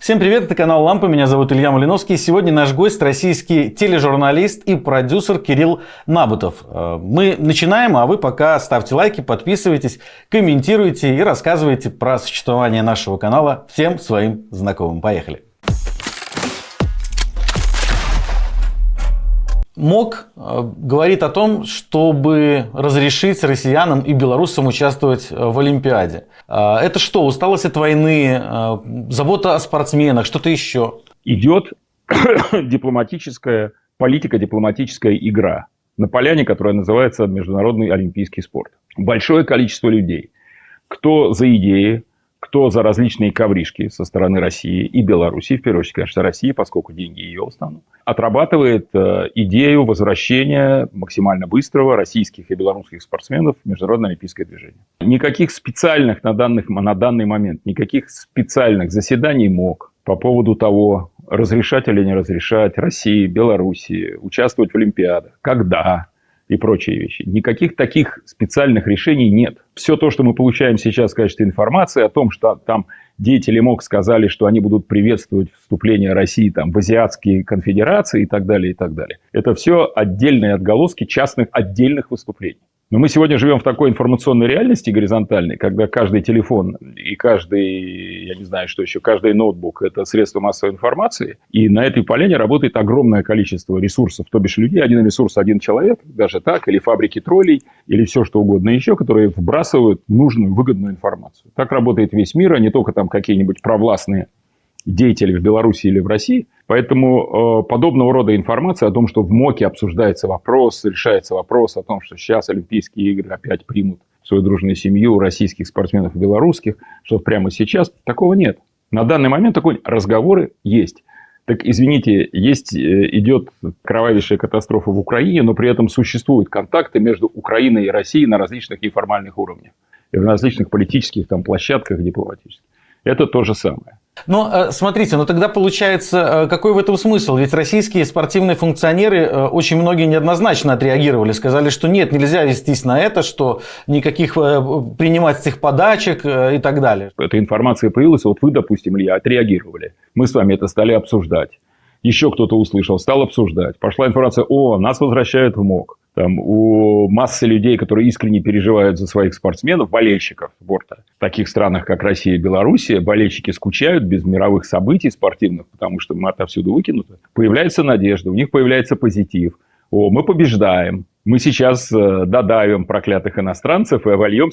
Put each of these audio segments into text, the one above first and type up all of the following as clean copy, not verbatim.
Всем привет, это канал Лампа, меня зовут Илья Малиновский. Сегодня наш гость российский тележурналист и продюсер Кирилл Набутов. Мы начинаем, а вы пока ставьте лайки, подписывайтесь, комментируйте и рассказывайте про существование нашего канала всем своим знакомым. Поехали! МОК говорит о том, чтобы разрешить россиянам и белорусам участвовать в Олимпиаде. Это что, усталость от войны, забота о спортсменах, что-то еще? Идет дипломатическая политика, дипломатическая игра на поляне, которая называется Международный олимпийский спорт. Большое количество людей, кто за идеи, кто за различные ковришки со стороны России и Белоруссии, в первую очередь, конечно, России, поскольку деньги ее в основном, отрабатывает идею возвращения максимально быстрого российских и белорусских спортсменов в Международное олимпийское движение. Никаких специальных на данный момент, никаких специальных заседаний МОК по поводу того, разрешать или не разрешать России, Белоруссии участвовать в Олимпиадах, когда и прочие вещи. Никаких таких специальных решений нет. Все то, что мы получаем сейчас в качестве информации о том, что там деятели МОК сказали, что они будут приветствовать вступление России там, в азиатские конфедерации и так далее, и так далее. Это все отдельные отголоски частных отдельных выступлений. Но мы сегодня живем в такой информационной реальности горизонтальной, когда каждый телефон и каждый, я не знаю, что еще, каждый ноутбук – это средство массовой информации. И на этой поляне работает огромное количество ресурсов, то бишь людей. Один ресурс, один человек, даже так, или фабрики троллей, или все что угодно еще, которые вбрасывают нужную, выгодную информацию. Так работает весь мир, а не только там какие-нибудь провластные деятели в Беларуси или в России. Поэтому подобного рода информация о том, что в МОКе обсуждается вопрос, решается вопрос о том, что сейчас Олимпийские игры опять примут в свою дружную семью российских спортсменов и белорусских, что прямо сейчас, такого нет. На данный момент такой разговоры есть. Так, извините, идет кровавейшая катастрофа в Украине, но при этом существуют контакты между Украиной и Россией на различных неформальных уровнях. И на различных политических там, площадках дипломатических. Это то же самое. Но смотрите, тогда получается, какой в этом смысл? Ведь российские спортивные функционеры, очень многие неоднозначно отреагировали. Сказали, что нет, нельзя вестись на это, что никаких принимать этих подачек и так далее. Эта информация появилась, вот вы, допустим, Илья, отреагировали. Мы с вами это стали обсуждать. Еще кто-то услышал, стал обсуждать. Пошла информация, нас возвращают в МОК. Там у массы людей, которые искренне переживают за своих спортсменов, болельщиков спорта, в таких странах, как Россия и Белоруссия, болельщики скучают без мировых событий спортивных, потому что мы отовсюду выкинуты. Появляется надежда, у них появляется позитив. Мы побеждаем. Мы сейчас додавим проклятых иностранцев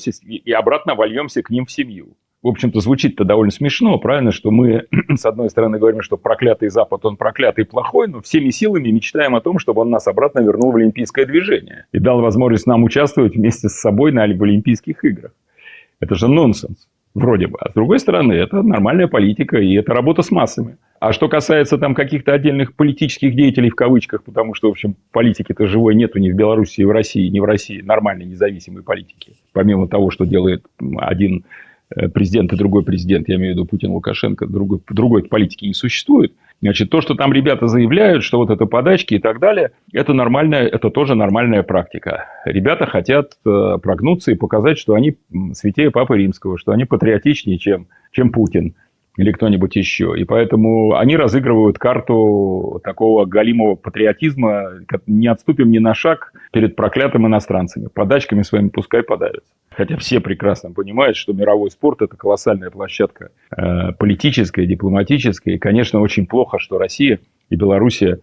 и обратно вольемся к ним в семью. В общем-то, звучит-то довольно смешно, правильно, что мы, с одной стороны, говорим, что проклятый Запад, он проклятый и плохой, но всеми силами мечтаем о том, чтобы он нас обратно вернул в олимпийское движение и дал возможность нам участвовать вместе с собой в Олимпийских играх. Это же нонсенс, вроде бы. А с другой стороны, это нормальная политика и это работа с массами. А что касается там каких-то отдельных политических деятелей в кавычках, потому что, в общем, политики-то живой нету ни в Беларуси, ни в России, ни в России нормальной независимой политики. Помимо того, что делает один президент и другой президент, я имею в виду Путин, Лукашенко, другой политики не существует. Значит, то, что там ребята заявляют, что вот это подачки и так далее, это нормальная, это тоже нормальная практика. Ребята хотят прогнуться и показать, что они святее Папы Римского, что они патриотичнее, чем Путин или кто-нибудь еще. И поэтому они разыгрывают карту такого галимого патриотизма. Не отступим ни на шаг перед проклятым иностранцами. Подачками своими пускай подавятся. Хотя все прекрасно понимают, что мировой спорт – это колоссальная площадка политическая, дипломатическая. И, конечно, очень плохо, что Россия и Белоруссия,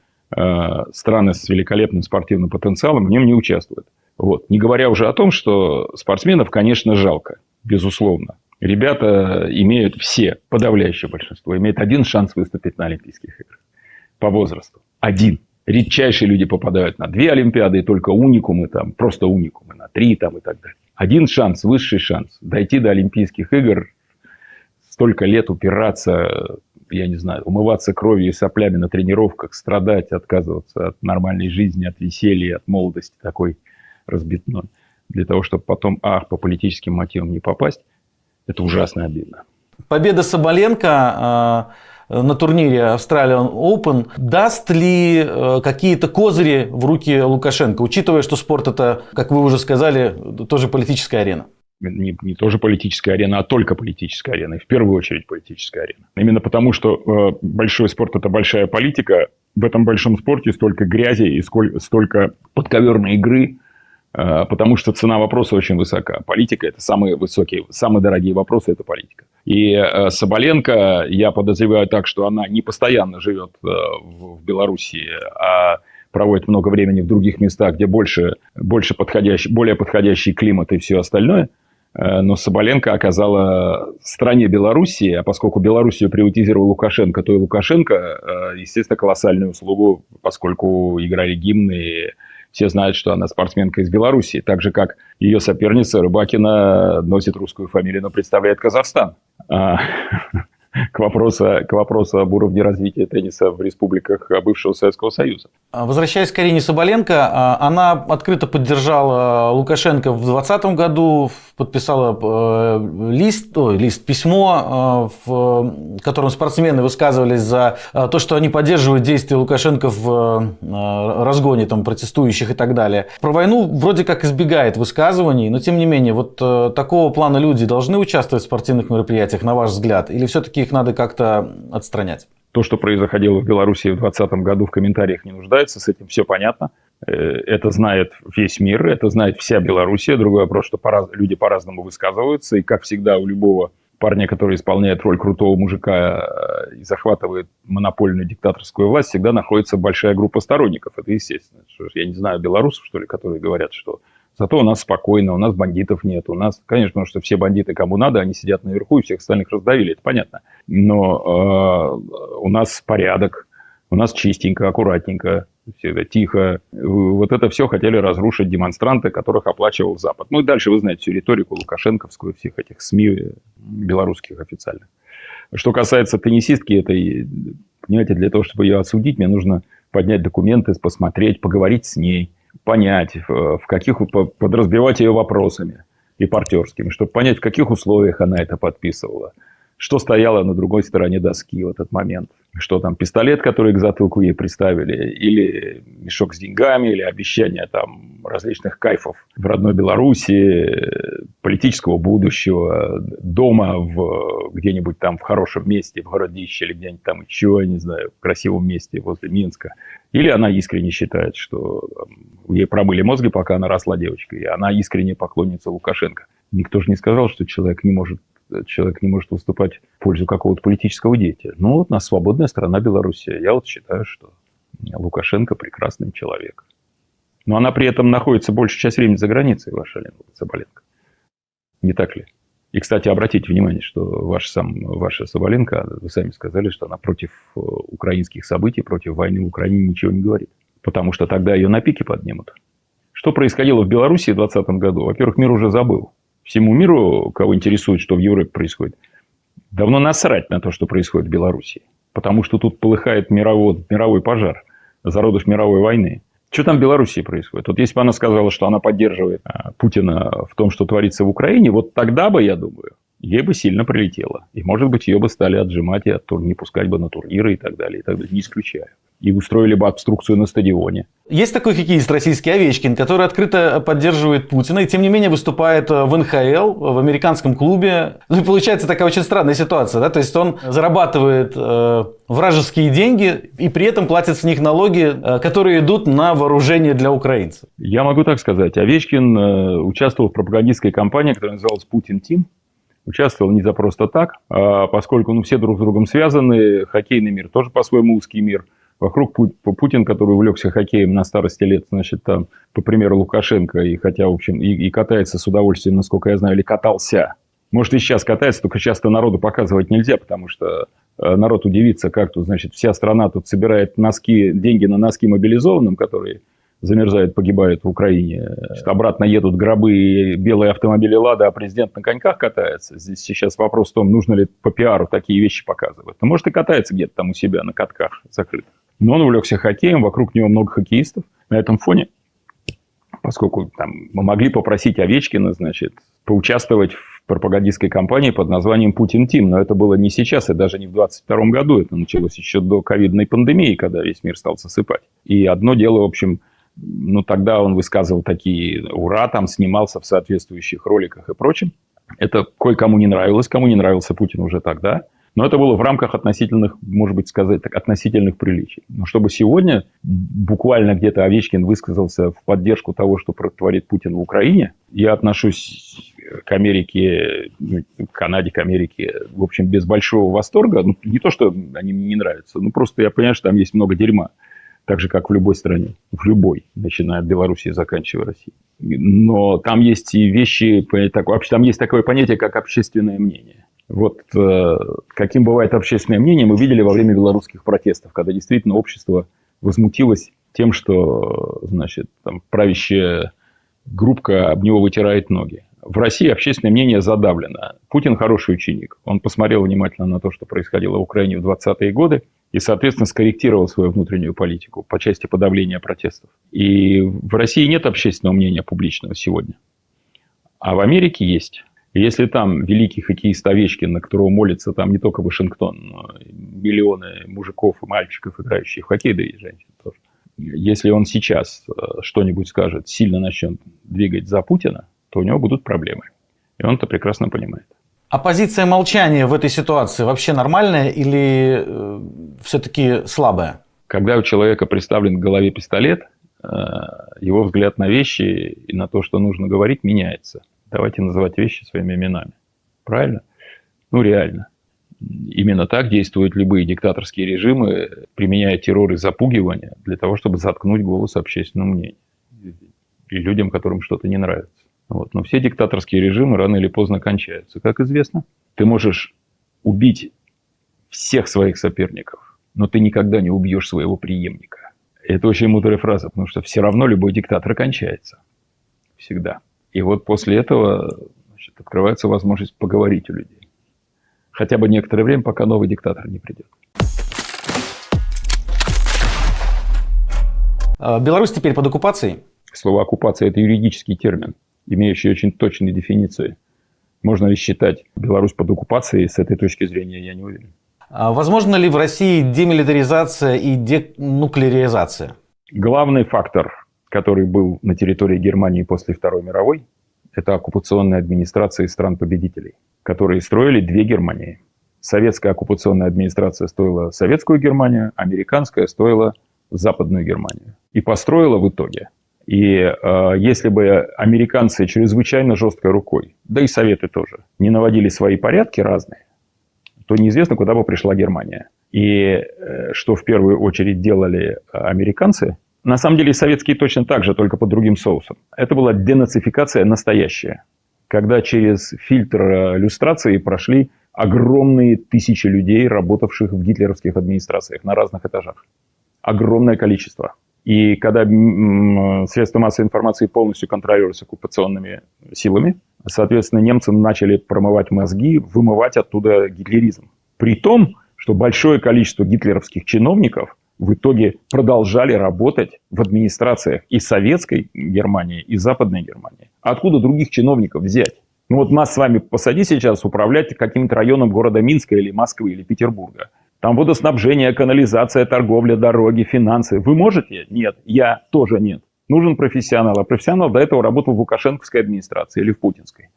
страны с великолепным спортивным потенциалом, в нем не участвуют. Вот. Не говоря уже о том, что спортсменов, конечно, жалко, безусловно. Ребята имеют все, подавляющее большинство, имеют один шанс выступить на Олимпийских играх по возрасту. Один. Редчайшие люди попадают на 2 Олимпиады, и только уникумы, там, просто уникумы, на 3 там, и так далее. Один шанс, высший шанс. Дойти до Олимпийских игр, столько лет упираться, я не знаю, умываться кровью и соплями на тренировках, страдать, отказываться от нормальной жизни, от веселья, от молодости такой разбитной. Для того, чтобы потом, по политическим мотивам не попасть. Это ужасно обидно. Победа Соболенко на турнире Australian Open даст ли какие-то козыри в руки Лукашенко, учитывая, что спорт это, как вы уже сказали, тоже политическая арена? не тоже политическая арена, а только политическая арена. И в первую очередь политическая арена. Именно потому, что большой спорт – это большая политика. В этом большом спорте столько грязи и столько подковерной игры, потому что цена вопроса очень высока. Политика – это самые высокие, самые дорогие вопросы – это политика. И Соболенко, я подозреваю так, что она не постоянно живет в Белоруссии, а проводит много времени в других местах, где более подходящий климат и все остальное. Но Соболенко оказала стране Белоруссии, а поскольку Белоруссию приватизировал Лукашенко, то и Лукашенко, естественно, колоссальную услугу, поскольку играли гимны, и все знают, что она спортсменка из Белоруссии. Так же, как ее соперница Рыбакина носит русскую фамилию, но представляет Казахстан. К вопросу об уровне развития тенниса в республиках бывшего Советского Союза. Возвращаясь к Арине Соболенко, она открыто поддержала Лукашенко в 2020 году, подписала письмо, в котором спортсмены высказывались за то, что они поддерживают действия Лукашенко в разгоне протестующих и так далее. Про войну вроде как избегает высказываний, но тем не менее, вот такого плана люди должны участвовать в спортивных мероприятиях, на ваш взгляд, или все-таки их надо как-то отстранять? То, что происходило в Беларуси в 2020 году, в комментариях не нуждается, с этим все понятно. Это знает весь мир, это знает вся Белоруссия. Другой вопрос, что люди по-разному высказываются, и, как всегда, у любого парня, который исполняет роль крутого мужика и захватывает монопольную диктаторскую власть, всегда находится большая группа сторонников. Это естественно. Я не знаю белорусов, что ли, которые говорят, что зато у нас спокойно, у нас бандитов нет. У нас, конечно, потому что все бандиты, кому надо, они сидят наверху и всех остальных раздавили, это понятно. Но у нас порядок, у нас чистенько, аккуратненько, всегда тихо. Вот это все хотели разрушить демонстранты, которых оплачивал Запад. Ну и дальше вы знаете всю риторику лукашенковскую, всех этих СМИ белорусских официальных. Что касается теннисистки этой, понимаете, для того, чтобы ее осудить, мне нужно поднять документы, посмотреть, поговорить с ней, понять, подразбивать ее вопросами репортерскими, чтобы понять, в каких условиях она это подписывала, что стояло на другой стороне доски в этот момент, что там пистолет, который к затылку ей приставили, или мешок с деньгами, или обещание там различных кайфов в родной Беларуси, политического будущего, дома где-нибудь там в хорошем месте, в городище, или где-нибудь там еще, я не знаю, в красивом месте возле Минска. Или она искренне считает, что ей промыли мозги, пока она росла девочкой, и она искренне поклонница Лукашенко. Никто же не сказал, что человек не может выступать в пользу какого-то политического деятеля. Ну, вот у нас свободная страна Белоруссия. Я вот считаю, что Лукашенко прекрасный человек. Но она при этом находится большую часть времени за границей, ваша Лена Соболенко. Не так ли? И, кстати, обратите внимание, что ваша Соболенко, вы сами сказали, что она против украинских событий, против войны в Украине ничего не говорит. Потому что тогда ее на пике поднимут. Что происходило в Беларуси в 2020 году? Во-первых, мир уже забыл. Всему миру, кого интересует, что в Европе происходит, давно насрать на то, что происходит в Беларуси. Потому что тут полыхает мировой пожар, зародыш мировой войны. Что там в Беларуси происходит? Вот если бы она сказала, что она поддерживает Путина в том, что творится в Украине, вот тогда бы, я думаю, ей бы сильно прилетело. И, может быть, ее бы стали отжимать и не пускать бы на турниры и так далее. Не исключаю. И устроили бы обструкцию на стадионе. Есть такой хоккеист российский Овечкин, который открыто поддерживает Путина и, тем не менее, выступает в НХЛ, в американском клубе. Ну и получается такая очень странная ситуация. Да? То есть он зарабатывает вражеские деньги и при этом платит с них налоги, которые идут на вооружение для украинцев. Я могу так сказать. Овечкин участвовал в пропагандистской кампании, которая называлась «Путин Тим». Участвовал не за просто так, поскольку все друг с другом связаны. Хоккейный мир тоже по-своему узкий мир. Вокруг Путин, который увлекся хоккеем на старости лет, значит, там, по примеру Лукашенко, и хотя, в общем, и катается с удовольствием, насколько я знаю, или катался. Может, и сейчас катается, только часто народу показывать нельзя, потому что народ удивится, как тут, значит, вся страна тут собирает деньги на носки мобилизованным, которые замерзают, погибают в Украине. Значит, обратно едут гробы и белые автомобили «Лада», а президент на коньках катается. Здесь сейчас вопрос в том, нужно ли по пиару такие вещи показывать. Ну, может, и катается где-то там у себя на катках закрытых. Но он увлекся хоккеем, вокруг него много хоккеистов. На этом фоне, поскольку там, мы могли попросить Овечкина, значит, поучаствовать в пропагандистской кампании под названием «Путин Тим». Но это было не сейчас и даже не в 2022 году. Это началось еще до ковидной пандемии, когда весь мир стал засыпать. И одно дело, в общем, ну, тогда он высказывал такие «ура», там снимался в соответствующих роликах и прочем. Это кое-кому не нравилось, кому не нравился Путин уже тогда. Но это было в рамках относительных, может быть, сказать так, относительных приличий. Но чтобы сегодня буквально где-то Овечкин высказался в поддержку того, что творит Путин в Украине, я отношусь к Америке, к Канаде, к Америке, в общем, без большого восторга. Ну, не то, что они мне не нравятся, ну, просто я понимаю, что там есть много дерьма. Так же, как в любой стране. В любой, начиная от Белоруссии и заканчивая Россией. Но там есть и вещи, вообще там есть такое понятие, как общественное мнение. Вот каким бывает общественное мнение, мы видели во время белорусских протестов, когда действительно общество возмутилось тем, что, значит, там правящая группка об него вытирает ноги. В России общественное мнение задавлено. Путин хороший ученик. Он посмотрел внимательно на то, что происходило в Украине в 20-е годы, и, соответственно, скорректировал свою внутреннюю политику по части подавления протестов. И в России нет общественного мнения публичного сегодня. А в Америке есть. И если там великий хоккеист Овечкин, на которого молится там не только Вашингтон, но и миллионы мужиков и мальчиков, играющих в хоккей, да и женщин тоже. Если он сейчас что-нибудь скажет, сильно начнет двигать за Путина, то у него будут проблемы. И он это прекрасно понимает. А позиция молчания в этой ситуации вообще нормальная или все-таки слабая? Когда у человека приставлен к голове пистолет, его взгляд на вещи и на то, что нужно говорить, меняется. Давайте называть вещи своими именами. Правильно? Ну, реально. Именно так действуют любые диктаторские режимы, применяя террор и запугивание для того, чтобы заткнуть голос общественному мнению. И людям, которым что-то не нравится. Вот. Но все диктаторские режимы рано или поздно кончаются. Как известно, ты можешь убить всех своих соперников, но ты никогда не убьешь своего преемника. Это очень мудрая фраза, потому что все равно любой диктатор кончается. Всегда. И вот после этого, значит, открывается возможность поговорить у людей. Хотя бы некоторое время, пока новый диктатор не придет. Беларусь теперь под оккупацией? Слово «оккупация» – это юридический термин, имеющий очень точные дефиниции. Можно ли считать Беларусь под оккупацией, с этой точки зрения я не уверен. Возможно ли в России демилитаризация и денуклеаризация? Главный фактор, который был на территории Германии после Второй мировой, это оккупационные администрации стран-победителей, которые строили две Германии. Советская оккупационная администрация строила советскую Германию, американская строила Западную Германию. И построила в итоге. И если бы американцы чрезвычайно жесткой рукой, да и Советы тоже, не наводили свои порядки разные, то неизвестно, куда бы пришла Германия. И что в первую очередь делали американцы, на самом деле советские точно так же, только под другим соусом. Это была денацификация настоящая, когда через фильтр люстрации прошли огромные тысячи людей, работавших в гитлеровских администрациях на разных этажах. Огромное количество. И когда средства массовой информации полностью контролировались оккупационными силами, соответственно, немцы начали промывать мозги, вымывать оттуда гитлеризм. При том, что большое количество гитлеровских чиновников в итоге продолжали работать в администрациях и советской Германии, и западной Германии. А откуда других чиновников взять? Ну вот нас с вами посади сейчас управлять каким-то районом города Минска или Москвы или Петербурга. Там водоснабжение, канализация, торговля, дороги, финансы. Вы можете? Нет. Я тоже нет. Нужен профессионал. А профессионал до этого работал в лукашенковской администрации или в путинской.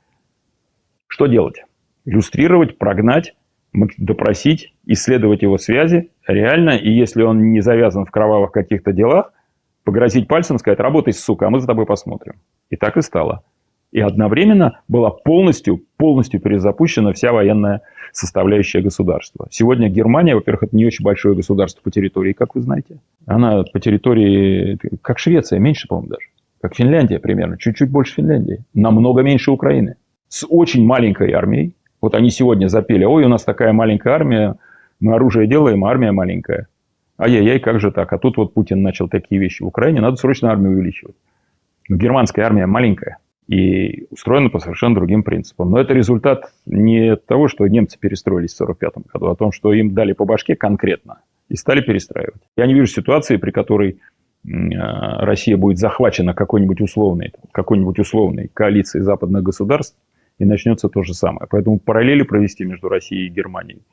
Что делать? Иллюстрировать, прогнать, допросить, исследовать его связи реально. И если он не завязан в кровавых каких-то делах, погрозить пальцем, сказать: работай, сука, а мы за тобой посмотрим. И так и стало. И одновременно была полностью перезапущена вся военная составляющая государства. Сегодня Германия, во-первых, это не очень большое государство по территории, как вы знаете. Она по территории, как Швеция, меньше, по-моему, даже. Как Финляндия примерно, чуть-чуть больше Финляндии. Намного меньше Украины. С очень маленькой армией. Вот они сегодня запели: ой, у нас такая маленькая армия, мы оружие делаем, а армия маленькая. Ай-яй-яй, как же так? А тут вот Путин начал такие вещи в Украине, надо срочно армию увеличивать. Но германская армия маленькая. И устроена по совершенно другим принципам. Но это результат не того, что немцы перестроились в 1945 году, а о том, что им дали по башке конкретно и стали перестраивать. Я не вижу ситуации, при которой Россия будет захвачена какой-нибудь условной коалицией западных государств, и начнется то же самое. Поэтому параллели провести между Россией и Германией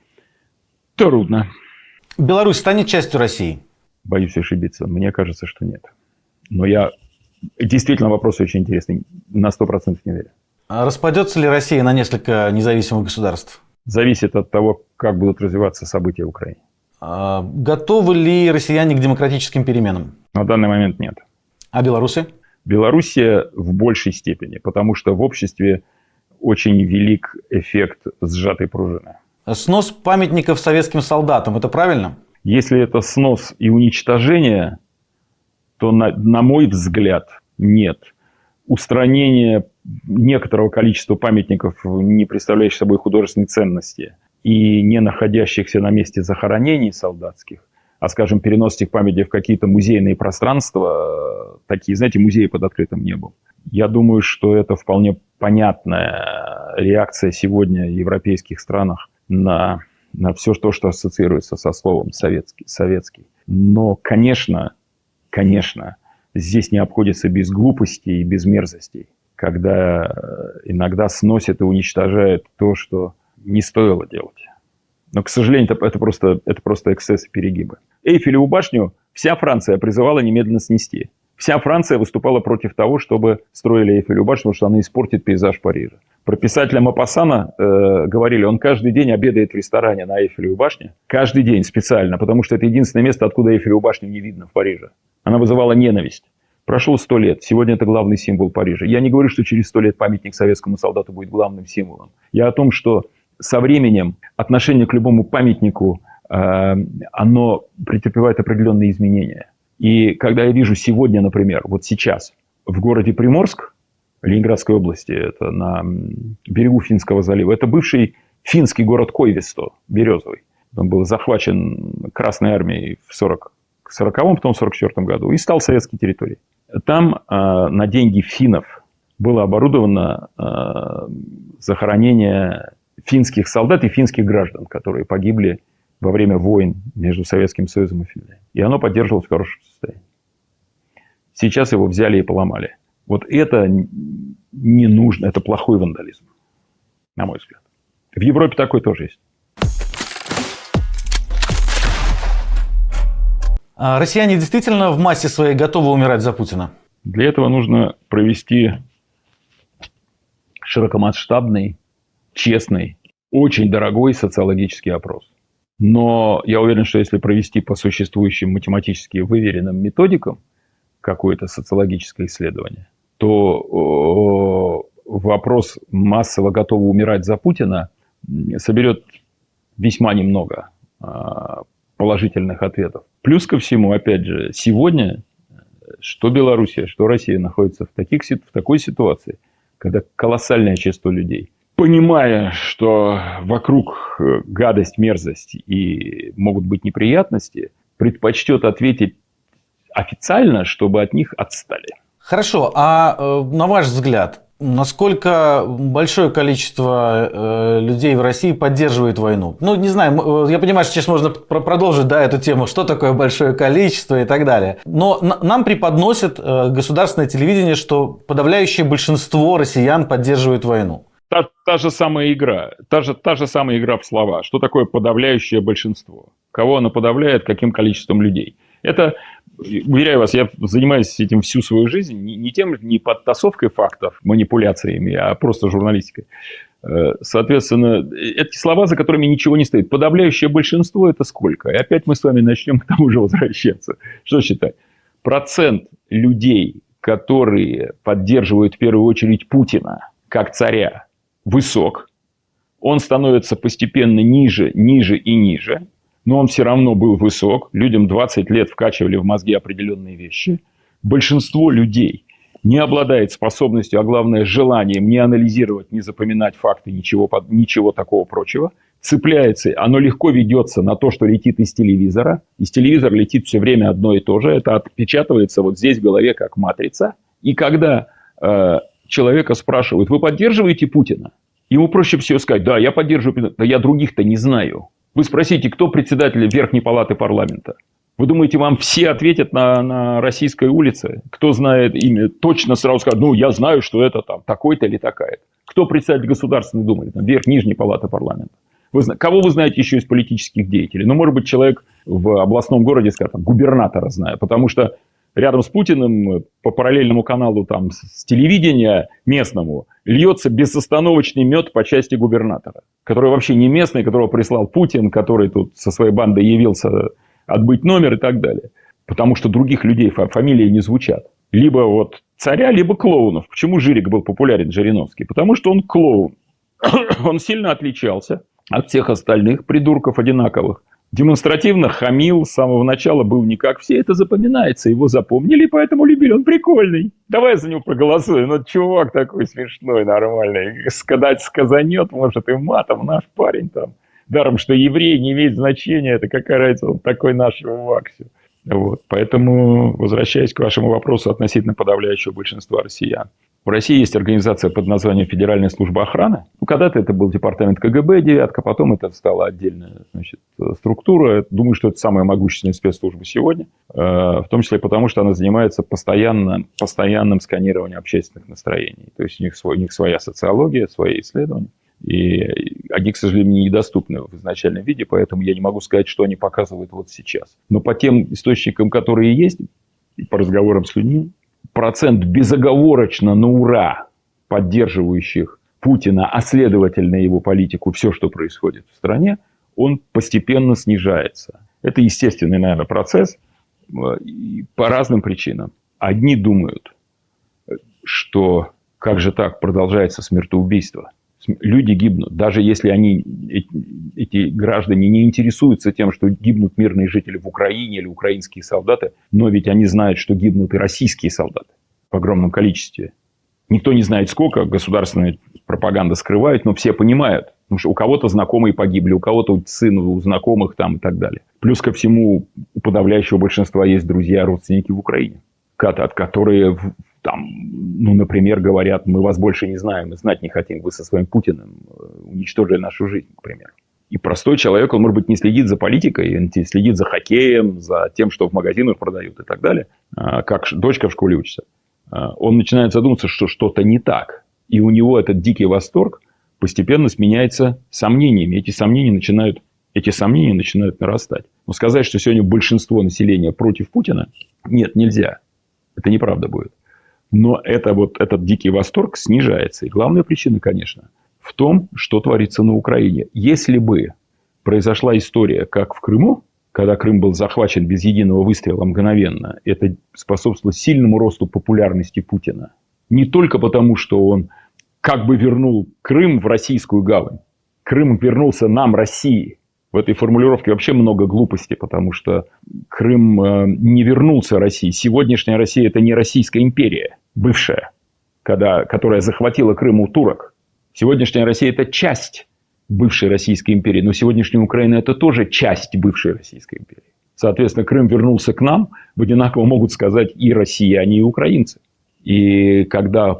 трудно. Беларусь станет частью России? Боюсь ошибиться. Мне кажется, что нет. Но я действительно вопрос очень интересный. На 100% не верю. А распадется ли Россия на несколько независимых государств? Зависит от того, как будут развиваться события в Украине. Готовы ли россияне к демократическим переменам? На данный момент нет. А белорусы? Белоруссия в большей степени, потому что в обществе очень велик эффект сжатой пружины. Снос памятников советским солдатам – это правильно? Если это снос и уничтожение, то, на мой взгляд, нет. Устранение некоторого количества памятников, не представляющих собой художественной ценности, и не находящихся на месте захоронений солдатских, а, скажем, перенос этих памятников в какие-то музейные пространства, такие, знаете, музеи под открытым небом. Я думаю, что это вполне понятная реакция сегодня в европейских странах на все то, что ассоциируется со словом советский. Но, конечно, здесь не обходится без глупостей и без мерзостей, когда иногда сносят и уничтожают то, что не стоило делать. Но, к сожалению, это просто эксцесс и перегибы. Эйфелеву башню вся Франция призывала немедленно снести. Вся Франция выступала против того, чтобы строили Эйфелеву башню, потому что она испортит пейзаж Парижа. Про писателя Мопассана говорили, он каждый день обедает в ресторане на Эйфелевой башне. Каждый день специально, потому что это единственное место, откуда Эйфелеву башню не видно в Париже. Она вызывала ненависть. Прошло 100 лет. Сегодня это главный символ Парижа. Я не говорю, что через 100 лет памятник советскому солдату будет главным символом. Я о том, что со временем отношение к любому памятнику, оно претерпевает определенные изменения. И когда я вижу сегодня, например, вот сейчас в городе Приморск, Ленинградской области, это на берегу Финского залива, это бывший финский город Койвисто, Березовый. Он был захвачен Красной армией в 40-м, потом в 44-м году и стал советской территорией. Там на деньги финнов было оборудовано захоронение финских солдат и финских граждан, которые погибли во время войн между Советским Союзом и Финляндией. И оно поддерживалось в хорошем состоянии. Сейчас его взяли и поломали. Вот это не нужно, это плохой вандализм, на мой взгляд. В Европе такой тоже есть. А россияне действительно в массе своей готовы умирать за Путина? Для этого нужно провести широкомасштабный, честный, очень дорогой социологический опрос. Но я уверен, что если провести по существующим математически выверенным методикам какое-то социологическое исследование, то вопрос массово готовы умирать за Путина соберет весьма немного положительных ответов. Плюс ко всему, опять же, сегодня что Белоруссия, что Россия находятся в такой ситуации, когда колоссальное число людей, понимая, что вокруг гадость, мерзость и могут быть неприятности, предпочтет ответить официально, чтобы от них отстали. Хорошо, а на ваш взгляд, насколько большое количество людей в России поддерживает войну? Ну, не знаю, я понимаю, что сейчас можно продолжить эту тему, что такое большое количество и так далее. Но нам преподносит государственное телевидение, что подавляющее большинство россиян поддерживает войну. Та же самая игра, та же самая игра в слова. Что такое подавляющее большинство? Кого оно подавляет, каким количеством людей? Это, уверяю вас, я занимаюсь этим всю свою жизнь, не подтасовкой фактов, манипуляциями, а просто журналистикой. Соответственно, эти слова, за которыми ничего не стоит. Подавляющее большинство – это сколько? И опять мы с вами начнем к тому же возвращаться. Что считать? Процент людей, которые поддерживают в первую очередь Путина как царя, высок. Он становится постепенно ниже, ниже и ниже. Но он все равно был высок. Людям 20 лет вкачивали в мозги определенные вещи. Большинство людей не обладает способностью, а главное желанием не анализировать, не запоминать факты, ничего такого прочего. Цепляется, оно легко ведется на то, что летит из телевизора. Из телевизора летит все время одно и то же. Это отпечатывается вот здесь в голове как матрица. И когда человека спрашивают, вы поддерживаете Путина? Ему проще всего сказать, да, я поддерживаю Путина, да я других-то не знаю. Вы спросите, кто председатель Верхней палаты парламента? Вы думаете, вам все ответят на российской улице? Кто знает имя, точно сразу скажет, ну, я знаю, что это там такой-то или такая-то. Кто председатель Государственной Думы, там, Нижней палаты парламента? Кого вы знаете еще из политических деятелей? Ну, может быть, человек в областном городе, скажем, губернатора знаю, потому что рядом с Путиным по параллельному каналу там, с телевидения местному льется безостановочный мед по части губернатора, который вообще не местный, которого прислал Путин, который тут со своей бандой явился отбыть номер и так далее. Потому что других людей фамилии не звучат. Либо вот царя, либо клоунов. Почему Жирик был популярен, Жириновский? Потому что он клоун. Он сильно отличался от всех остальных придурков одинаковых. Демонстративно хамил с самого начала, был не как все. Это запоминается. Его запомнили, поэтому любили. Он прикольный. Давай за него проголосуем. Ну, чувак такой смешной, нормальный. Сказанет, может, и матом. Наш парень там. Даром, что еврей не имеет значения. Это какая разница. Он такой наш чувак. Все. Вот. Поэтому, возвращаясь к вашему вопросу относительно подавляющего большинства россиян. В России есть организация под названием Федеральная служба охраны. Ну, когда-то это был департамент КГБ, девятка, потом это стала отдельная, значит, структура. Думаю, что это самая могущественная спецслужба сегодня. В том числе потому, что она занимается постоянным сканированием общественных настроений. То есть у них своя социология, свои исследования. И они, к сожалению, недоступны в изначальном виде, поэтому я не могу сказать, что они показывают вот сейчас. Но по тем источникам, которые есть, по разговорам с людьми, процент безоговорочно на ура поддерживающих Путина, а следовательно его политику, все, что происходит в стране, он постепенно снижается. Это естественный, наверное, процесс по разным причинам. Одни думают, что как же так продолжается смертоубийство. Люди гибнут, даже если эти граждане не интересуются тем, что гибнут мирные жители в Украине или украинские солдаты, но ведь они знают, что гибнут и российские солдаты в огромном количестве. Никто не знает сколько, государственная пропаганда скрывает, но все понимают, потому что у кого-то знакомые погибли, у кого-то сын у знакомых там и так далее. Плюс ко всему у подавляющего большинства есть друзья, родственники в Украине, которые... Там, ну, например, говорят, мы вас больше не знаем, мы знать не хотим, вы со своим Путиным уничтожили нашу жизнь, к примеру. И простой человек, он, может быть, не следит за политикой, он следит за хоккеем, за тем, что в магазинах продают и так далее, как дочка в школе учится. Он начинает задуматься, что что-то не так. И у него этот дикий восторг постепенно сменяется сомнениями. Эти сомнения начинают нарастать. Но сказать, что сегодня большинство населения против Путина, нет, нельзя. Это неправда будет. Но этот дикий восторг снижается. И главная причина, конечно, в том, что творится на Украине. Если бы произошла история, как в Крыму, когда Крым был захвачен без единого выстрела мгновенно, это способствовало сильному росту популярности Путина. Не только потому, что он как бы вернул Крым в российскую гавань. Крым вернулся нам, России. В этой формулировке вообще много глупости, потому что Крым не вернулся России. Сегодняшняя Россия – это не Российская империя, бывшая, которая захватила Крым у турок. Сегодняшняя Россия – это часть бывшей Российской империи, но сегодняшняя Украина – это тоже часть бывшей Российской империи. Соответственно, Крым вернулся к нам, в одинаково могут сказать и россияне, и украинцы. И когда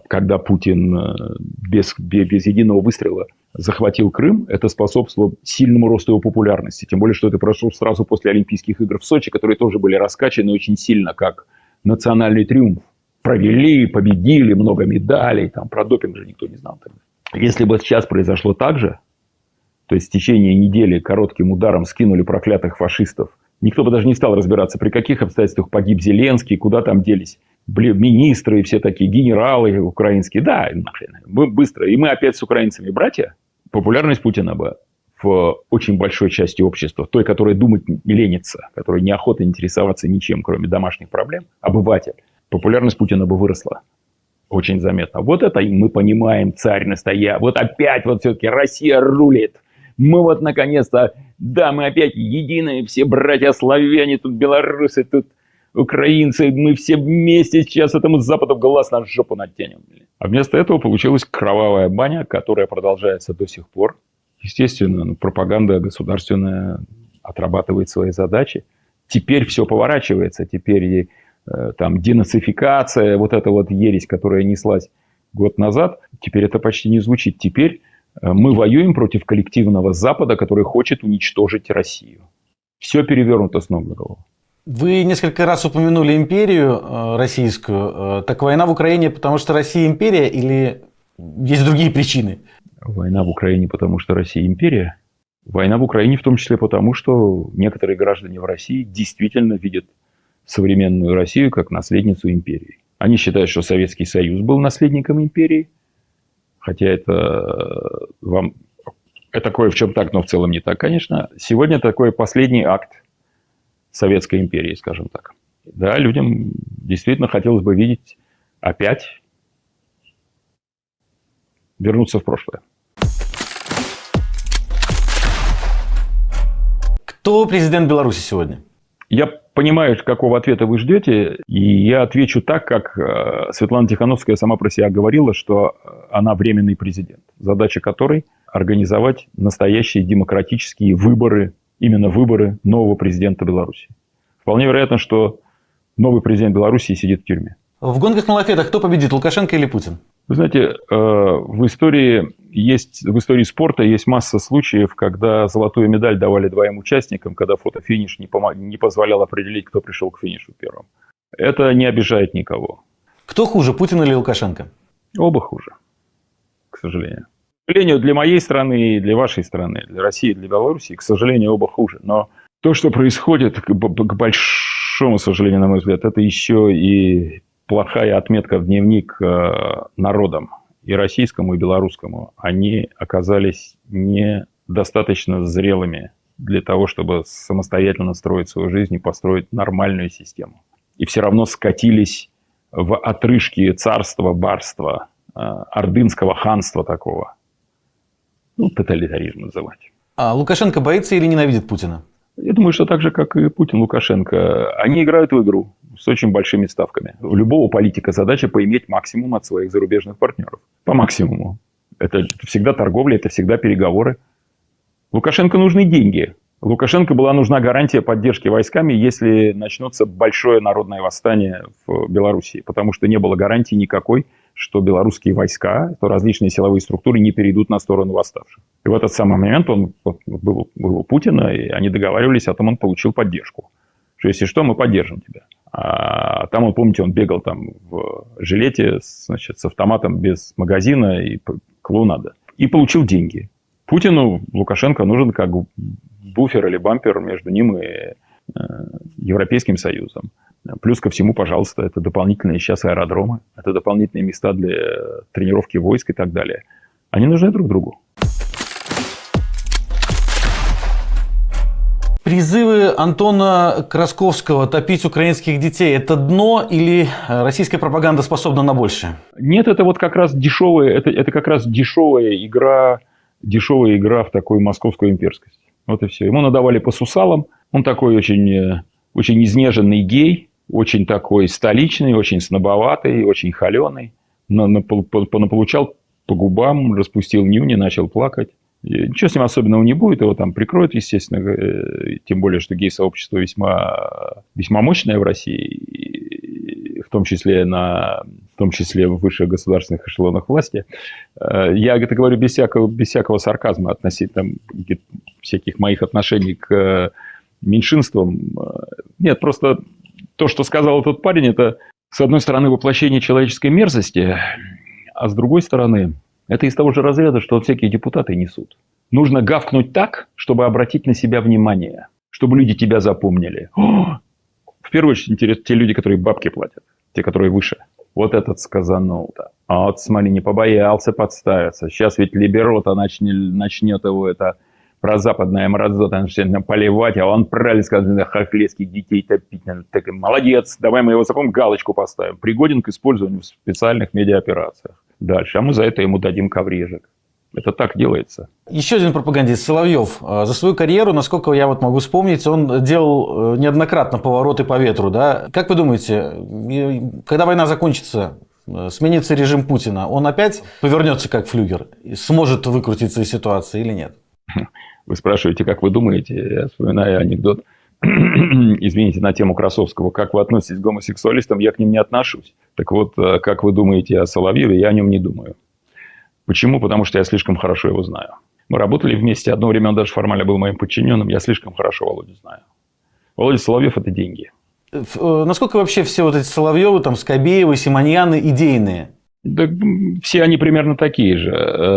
Путин без единого выстрела захватил Крым, это способствовало сильному росту его популярности. Тем более, что это прошло сразу после Олимпийских игр в Сочи, которые тоже были раскачаны очень сильно, как национальный триумф. Провели, победили, много медалей, там, про допинг же никто не знал. Если бы сейчас произошло так же, то есть в течение недели коротким ударом скинули проклятых фашистов, никто бы даже не стал разбираться, при каких обстоятельствах погиб Зеленский, куда там делись министры и все такие генералы украинские. Да, быстро. И мы опять с украинцами братья. Популярность Путина бы в очень большой части общества, той, которая думать не ленится, которая неохота интересоваться ничем, кроме домашних проблем, обыватель, популярность Путина бы выросла очень заметно. Вот это мы понимаем, царь настоящий. Вот опять вот все-таки Россия рулит. Мы вот наконец-то, да, мы опять единые, все братья славяне, тут белорусы, тут украинцы, мы все вместе сейчас этому Западу глаз на жопу натянем. А вместо этого получилась кровавая баня, которая продолжается до сих пор. Естественно, пропаганда государственная отрабатывает свои задачи. Теперь все поворачивается, теперь там денацификация, вот эта вот ересь, которая неслась год назад, теперь это почти не звучит. Теперь мы воюем против коллективного Запада, который хочет уничтожить Россию. Все перевернуто с ног на голову. Вы несколько раз упомянули империю российскую. Так война в Украине, потому что Россия империя, или есть другие причины? Война в Украине, потому что Россия империя. Война в Украине в том числе потому, что некоторые граждане в России действительно видят современную Россию как наследницу империи. Они считают, что Советский Союз был наследником империи, хотя это кое в чем так, но в целом не так, конечно. Сегодня такой последний акт Советской империи, скажем так. Да, людям действительно хотелось бы видеть опять вернуться в прошлое. Кто президент Беларуси сегодня? Я понимаю, какого ответа вы ждете, и я отвечу так, как Светлана Тихановская сама про себя говорила, что она временный президент, задача которой организовать настоящие демократические выборы, именно выборы нового президента Беларуси. Вполне вероятно, что новый президент Беларуси сидит в тюрьме. В гонках на лафетах кто победит, Лукашенко или Путин? Вы знаете, в истории спорта есть масса случаев, когда золотую медаль давали двоим участникам, когда фотофиниш не позволял определить, кто пришел к финишу первым. Это не обижает никого. Кто хуже, Путин или Лукашенко? Оба хуже, к сожалению. К сожалению, для моей страны и для вашей страны, для России и для Беларуси, к сожалению, оба хуже. Но то, что происходит, к большому сожалению, на мой взгляд, это еще и плохая отметка в дневник народам, и российскому, и белорусскому. Они оказались недостаточно зрелыми для того, чтобы самостоятельно строить свою жизнь и построить нормальную систему. И все равно скатились в отрыжки царства, барства, ордынского ханства такого. Тоталитаризм называть. А Лукашенко боится или ненавидит Путина? Я думаю, что так же, как и Путин, Лукашенко, они играют в игру с очень большими ставками. У любого политика задача поиметь максимум от своих зарубежных партнеров. По максимуму. Это всегда торговля, это всегда переговоры. Лукашенко нужны деньги. Лукашенко была нужна гарантия поддержки войсками, если начнется большое народное восстание в Белоруссии. Потому что не было гарантии никакой, что белорусские войска, то различные силовые структуры не перейдут на сторону восставших. И в этот самый момент он был у Путина, и они договаривались, о том он получил поддержку. Что если что, мы поддержим тебя. А там, он, помните, он бегал там в жилете, значит, с автоматом без магазина и клоунада. И получил деньги. Путину Лукашенко нужен как буфер или бампер между ним и Европейским Союзом. Плюс ко всему, пожалуйста, это дополнительные сейчас аэродромы, это дополнительные места для тренировки войск и так далее. Они нужны друг другу. Призывы Антона Красковского топить украинских детей – это дно или российская пропаганда способна на большее? Нет, это вот как раз дешевая игра в такую московскую имперскость. Вот и все. Ему надавали по сусалам. Он такой очень, очень изнеженный гей, очень такой столичный, очень снобоватый, очень холеный. Получал по губам, распустил нюни, начал плакать. И ничего с ним особенного не будет, его там прикроют, естественно, тем более, что гей-сообщество весьма мощное в России, в том числе в высших государственных эшелонах власти. Я это говорю без всякого сарказма относительно всяких моих отношений к меньшинствам. Нет, просто то, что сказал этот парень, это, с одной стороны, воплощение человеческой мерзости, а с другой стороны, это из того же разряда, что всякие депутаты несут. Нужно гавкнуть так, чтобы обратить на себя внимание, чтобы люди тебя запомнили. В первую очередь, те люди, которые бабки платят, те, которые выше. Вот этот сказанул-то. А вот, смотри, не побоялся подставиться. Сейчас ведь либерота начнет его это прозападная мразота, начнет поливать, а он правильно сказал, хохлецких детей топить. Так, молодец, давай мы его запомним, галочку поставим. Пригоден к использованию в специальных медиаоперациях. Дальше. А мы за это ему дадим коврижек. Это так делается. Еще один пропагандист, Соловьев. За свою карьеру, насколько я вот могу вспомнить, он делал неоднократно повороты по ветру. Да? Как вы думаете, когда война закончится, сменится режим Путина, он опять повернется как флюгер? Сможет выкрутиться из ситуации или нет? Вы спрашиваете, как вы думаете? Я вспоминаю анекдот. Извините, на тему Красовского. Как вы относитесь к гомосексуалистам? Я к ним не отношусь. Так вот, как вы думаете о Соловьеве, я о нем не думаю. Почему? Потому что я слишком хорошо его знаю. Мы работали вместе. Одно время он даже формально был моим подчиненным. Я слишком хорошо Володю знаю. Володя Соловьев – это деньги. Насколько вообще все вот эти Соловьевы, там, Скобеевы, Симоньяны идейные? Да, все они примерно такие же.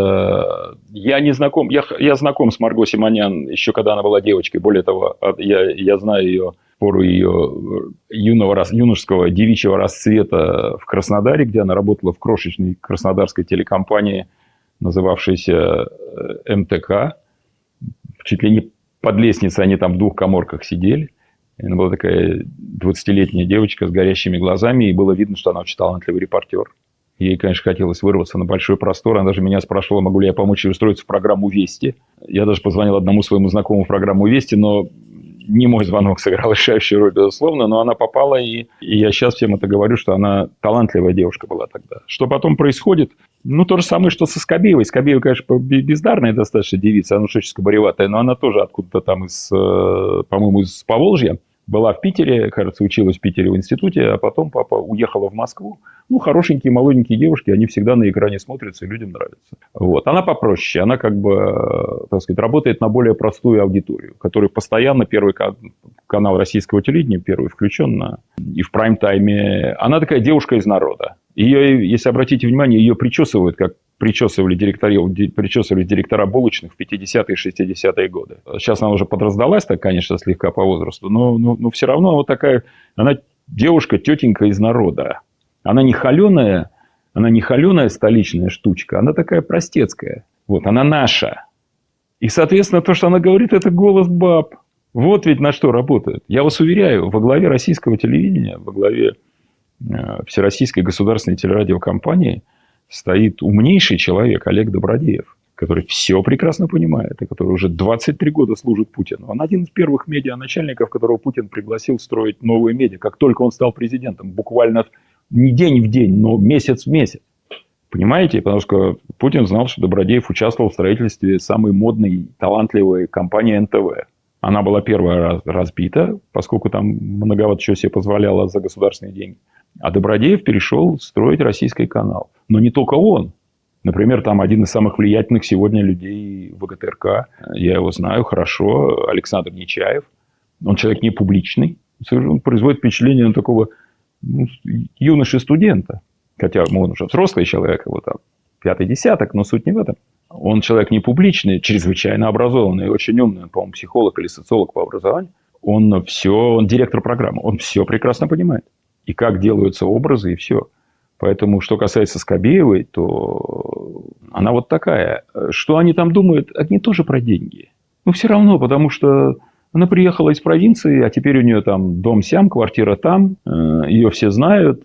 Я не знаком. Я знаком с Марго Симонян еще когда она была девочкой. Более того, я знаю ее пору ее юношеского девичьего расцвета в Краснодаре, где она работала в крошечной краснодарской телекомпании, называвшейся МТК. Чуть ли не под лестницей они там в 2 каморках сидели. И она была такая 20-летняя девочка с горящими глазами, и было видно, что она очень талантливый репортер. Ей, конечно, хотелось вырваться на большой простор. Она даже меня спрашивала, могу ли я помочь ей устроиться в программу «Вести». Я даже позвонил одному своему знакомому в программу «Вести», но не мой звонок сыграл решающую роль, безусловно, но она попала, и я сейчас всем это говорю, что она талантливая девушка была тогда. Что потом происходит? Ну, то же самое, что со Скобеевой. Скобеева, конечно, бездарная достаточно девица, она уж очень скобареватая, но она тоже откуда-то там по-моему, из Поволжья. Была в Питере, кажется, училась в Питере в институте, а потом папа уехала в Москву. Ну, хорошенькие, молоденькие девушки, они всегда на экране смотрятся и людям нравятся. Вот. Она попроще, она как бы, так сказать, работает на более простую аудиторию, которая постоянно, первый канал российского телевидения, первый включен и в прайм-тайме. Она такая девушка из народа. Ее, если обратите внимание, ее причесывают, как причесывали директора булочных в 50-е и 60-е годы. Сейчас она уже подраздалась, так, конечно, слегка по возрасту, но все равно вот такая, она девушка, тетенька из народа. Она не холеная столичная штучка, она такая простецкая. Вот, она наша. И, соответственно, то, что она говорит, это голос баб. Вот ведь на что работает. Я вас уверяю, во главе российского телевидения, во главе Всероссийской государственной телерадиокомпании стоит умнейший человек Олег Добродеев, который все прекрасно понимает, и который уже 23 года служит Путину. Он один из первых медианачальников, которого Путин пригласил строить новые медиа, как только он стал президентом. Буквально не день в день, но месяц в месяц. Понимаете? Потому что Путин знал, что Добродеев участвовал в строительстве самой модной, талантливой компании НТВ. Она была первая разбита, поскольку там многовато чего себе позволяло за государственные деньги. А Добродеев перешел строить российский канал. Но не только он. Например, там один из самых влиятельных сегодня людей ВГТРК. Я его знаю хорошо. Александр Нечаев. Он человек не публичный. Он производит впечатление на такого юноши-студента. Хотя он уже взрослый человек, его там 5-й десяток, но суть не в этом. Он человек не публичный, чрезвычайно образованный, очень умный. Он, по-моему, психолог или социолог по образованию. Он директор программы. Он все прекрасно понимает. И как делаются образы, и все. Поэтому, что касается Скобеевой, то она вот такая. Что они там думают? Они тоже про деньги. Но все равно, потому что она приехала из провинции, а теперь у нее там дом сям, квартира там. Ее все знают.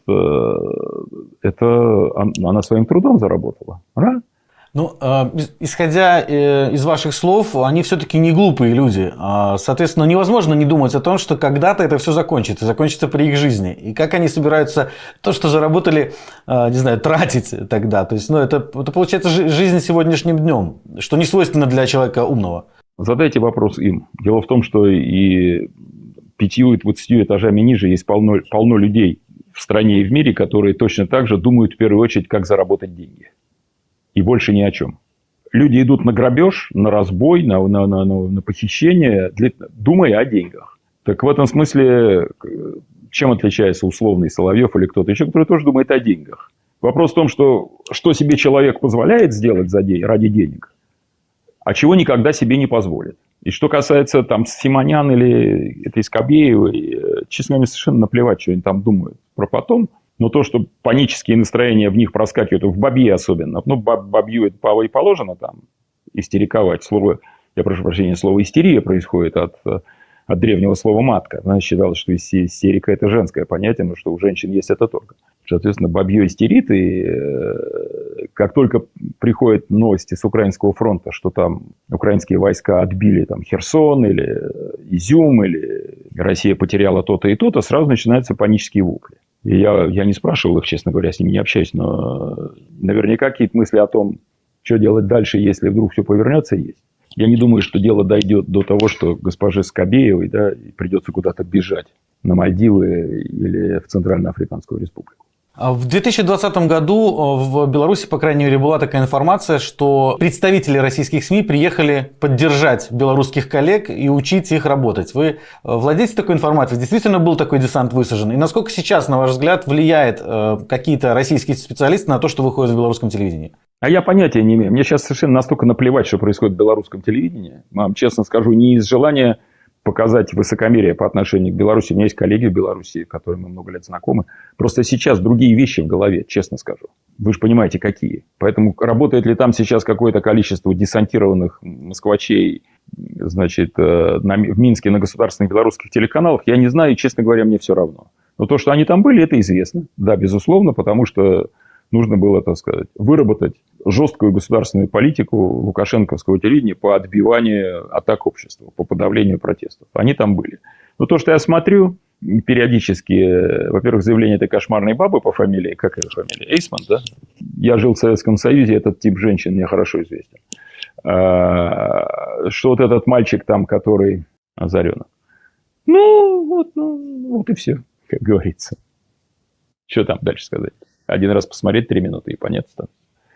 Это она своим трудом заработала. Ра? Ну, исходя из ваших слов, они все-таки не глупые люди. Соответственно, невозможно не думать о том, что когда-то это все закончится при их жизни. И как они собираются то, что заработали, не знаю, тратить тогда. То есть, это получается жизнь сегодняшним днем, что не свойственно для человека умного. Задайте вопрос им. Дело в том, что и 5 и 20 этажами ниже есть полно людей в стране и в мире, которые точно так же думают в первую очередь, как заработать деньги. И больше ни о чем. Люди идут на грабеж, на разбой, на похищение, думая о деньгах. Так в этом смысле, чем отличается условный Соловьев или кто-то еще, который тоже думает о деньгах? Вопрос в том, что себе человек позволяет сделать ради денег, а чего никогда себе не позволит. И что касается там Симонян или этой Скобеевой, честно говоря, совершенно наплевать, что они там думают про потом. Но то, что панические настроения в них проскакивают, в бабье особенно. Бабью это и положено там истериковать. Я прошу прощения, слово истерия происходит от древнего слова матка. Она считалось, что истерика это женское понятие, но что у женщин есть это только. Соответственно, бабье истерит, и как только приходят новости с украинского фронта, что там украинские войска отбили там Херсон или Изюм, или Россия потеряла то-то и то-то, сразу начинаются панические вопли. И я не спрашивал их, честно говоря, с ними не общаюсь, но наверняка какие-то мысли о том, что делать дальше, если вдруг все повернется, есть. Я не думаю, что дело дойдет до того, что госпоже Скобеевой придется куда-то бежать на Мальдивы или в Центральноафриканскую республику. В 2020 году в Беларуси, по крайней мере, была такая информация, что представители российских СМИ приехали поддержать белорусских коллег и учить их работать. Вы владеете такой информацией? Действительно был такой десант высажен? И насколько сейчас, на ваш взгляд, влияет какие-то российские специалисты на то, что выходит в белорусском телевидении? А я понятия не имею. Мне сейчас совершенно настолько наплевать, что происходит в белорусском телевидении. Вам честно скажу, не из желания показать высокомерие по отношению к Беларуси. У меня есть коллеги в Беларуси, с которыми мы много лет знакомы. Просто сейчас другие вещи в голове, честно скажу. Вы же понимаете, какие. Поэтому работает ли там сейчас какое-то количество десантированных москвачей, значит, в Минске на государственных белорусских телеканалах, я не знаю, и, честно говоря, мне все равно. Но то, что они там были, это известно. Да, безусловно, потому что нужно было, так сказать, выработать жесткую государственную политику лукашенковского телевидения по отбиванию атак общества, по подавлению протестов. Они там были. Но то, что я смотрю периодически, во-первых, заявление этой кошмарной бабы по фамилии, как ее фамилия? Эйсман, да? Я жил в Советском Союзе, этот тип женщин мне хорошо известен. Что вот этот мальчик там, который озаренок. Ну, вот и все, как говорится. Что там дальше сказать? Один раз посмотреть 3 минуты и понятно стало.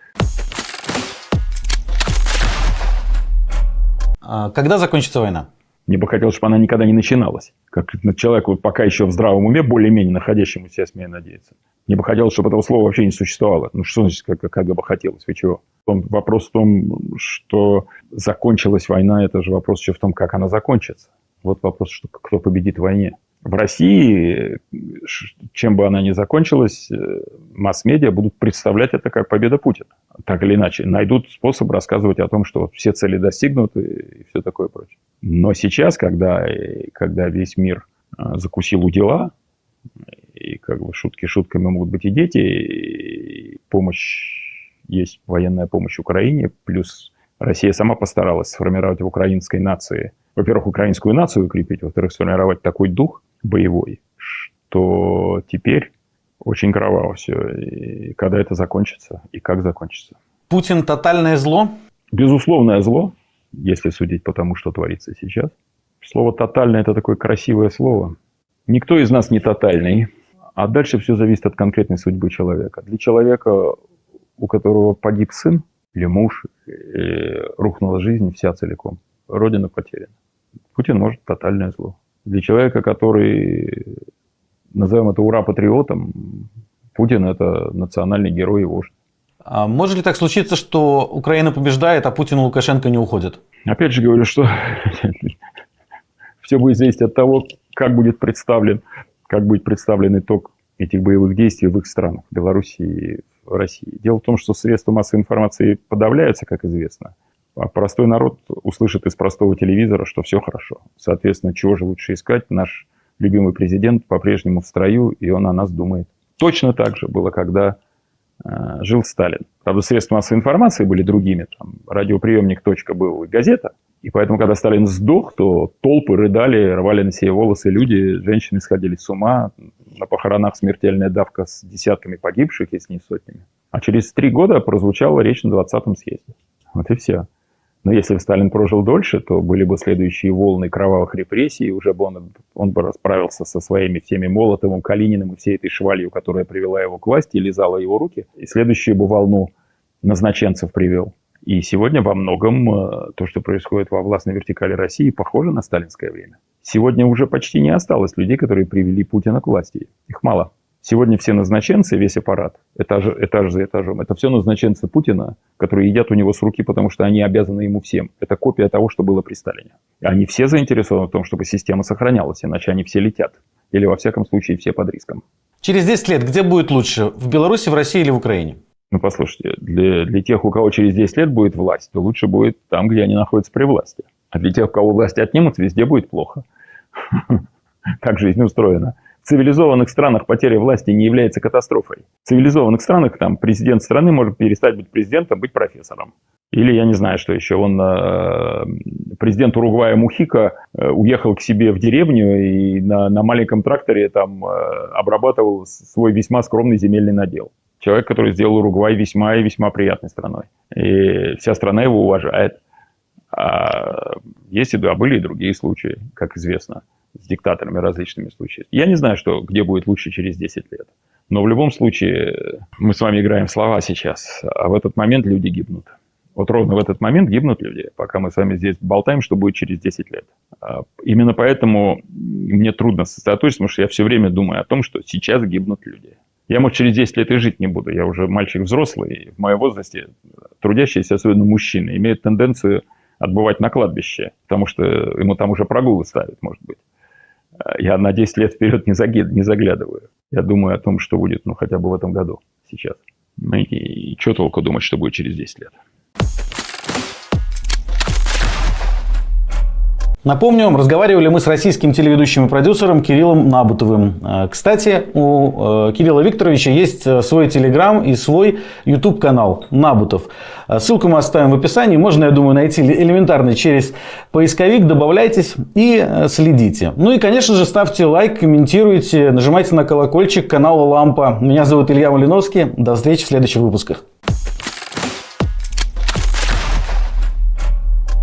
Когда закончится война? Мне бы хотелось, чтобы она никогда не начиналась. Как человеку, пока еще в здравом уме, более-менее находящемуся, я смею надеяться. Мне бы хотелось, чтобы этого слова вообще не существовало. Ну, что значит, как бы хотелось? Вы чего? Вопрос в том, что закончилась война, это же вопрос еще в том, как она закончится. Вот вопрос, что кто победит в войне. В России, чем бы она ни закончилась, масс-медиа будут представлять это как победа Путина. Так или иначе, найдут способ рассказывать о том, что все цели достигнуты и все такое прочее. Но сейчас, когда весь мир закусил у дела, и как бы шутки шутками могут быть и дети, и есть военная помощь Украине, плюс Россия сама постаралась сформировать в украинской нации, во-первых, украинскую нацию укрепить, во-вторых, сформировать такой дух боевой, что теперь очень кроваво все. И когда это закончится, и как закончится. Путин тотальное зло? Безусловное зло, если судить по тому, что творится сейчас. Слово «тотальное» – это такое красивое слово. Никто из нас не тотальный, а дальше все зависит от конкретной судьбы человека. Для человека, у которого погиб сын или муж, или рухнула жизнь вся целиком, Родина потеряна. Путин может тотальное зло. Для человека, который, назовем это ура-патриотом, Путин – это национальный герой и вождь. А может ли так случиться, что Украина побеждает, а Путин и Лукашенко не уходят? Опять же говорю, что все будет зависеть от того, как будет представлен итог этих боевых действий в их странах, в Беларуси и в России. Дело в том, что средства массовой информации подавляются, как известно. А простой народ услышит из простого телевизора, что все хорошо. Соответственно, чего же лучше искать? Наш любимый президент по-прежнему в строю, и он о нас думает. Точно так же было, когда жил Сталин. Правда, средства массовой информации были другими. Там радиоприемник «Точка» был и газета. И поэтому, когда Сталин сдох, то толпы рыдали, рвали на себе волосы люди, женщины сходили с ума. На похоронах смертельная давка с десятками погибших, если не сотнями. А через 3 года прозвучала речь на 20-м съезде. Вот и все. Но если бы Сталин прожил дольше, то были бы следующие волны кровавых репрессий, и уже бы он бы расправился со своими всеми Молотовым, Калининым и всей этой швалью, которая привела его к власти и лизала его руки. И следующую бы волну назначенцев привел. И сегодня во многом то, что происходит во властной вертикали России, похоже на сталинское время. Сегодня уже почти не осталось людей, которые привели Путина к власти. Их мало. Сегодня все назначенцы, весь аппарат, этаж за этажом, это все назначенцы Путина, которые едят у него с руки, потому что они обязаны ему всем. Это копия того, что было при Сталине. Они все заинтересованы в том, чтобы система сохранялась, иначе они все летят. Или, во всяком случае, все под риском. Через 10 лет где будет лучше? В Беларуси, в России или в Украине? Ну, послушайте, для тех, у кого через 10 лет будет власть, то лучше будет там, где они находятся при власти. А для тех, у кого власть отнимут, везде будет плохо. Так жизнь устроена. В цивилизованных странах потеря власти не является катастрофой. В цивилизованных странах там президент страны может перестать быть президентом, быть профессором. Или я не знаю, что еще. Президент Уругвая Мухика уехал к себе в деревню и на маленьком тракторе там обрабатывал свой весьма скромный земельный надел. Человек, который сделал Уругвай весьма и весьма приятной страной. И вся страна его уважает. А были и другие случаи, как известно, с диктаторами различными случаями. Я не знаю, где будет лучше через 10 лет. Но в любом случае, мы с вами играем в слова сейчас, а в этот момент люди гибнут. Вот ровно в этот момент гибнут люди, пока мы с вами здесь болтаем, что будет через 10 лет. Именно поэтому мне трудно сосредоточиться, потому что я все время думаю о том, что сейчас гибнут люди. Я, может, через 10 лет и жить не буду. Я уже мальчик взрослый, и в моем возрасте трудящиеся, особенно мужчины, имеют тенденцию отбывать на кладбище, потому что ему там уже прогулы ставят, может быть. Я на 10 лет вперед не заглядываю. Я думаю о том, что будет, хотя бы в этом году, сейчас. И что толку думать, что будет через 10 лет? Напомню, разговаривали мы с российским телеведущим и продюсером Кириллом Набутовым. Кстати, у Кирилла Викторовича есть свой телеграм и свой YouTube-канал Набутов. Ссылку мы оставим в описании. Можно, я думаю, найти элементарно через поисковик. Добавляйтесь и следите. Ну и, конечно же, ставьте лайк, комментируйте, нажимайте на колокольчик канала Лампа. Меня зовут Илья Малиновский. До встречи в следующих выпусках.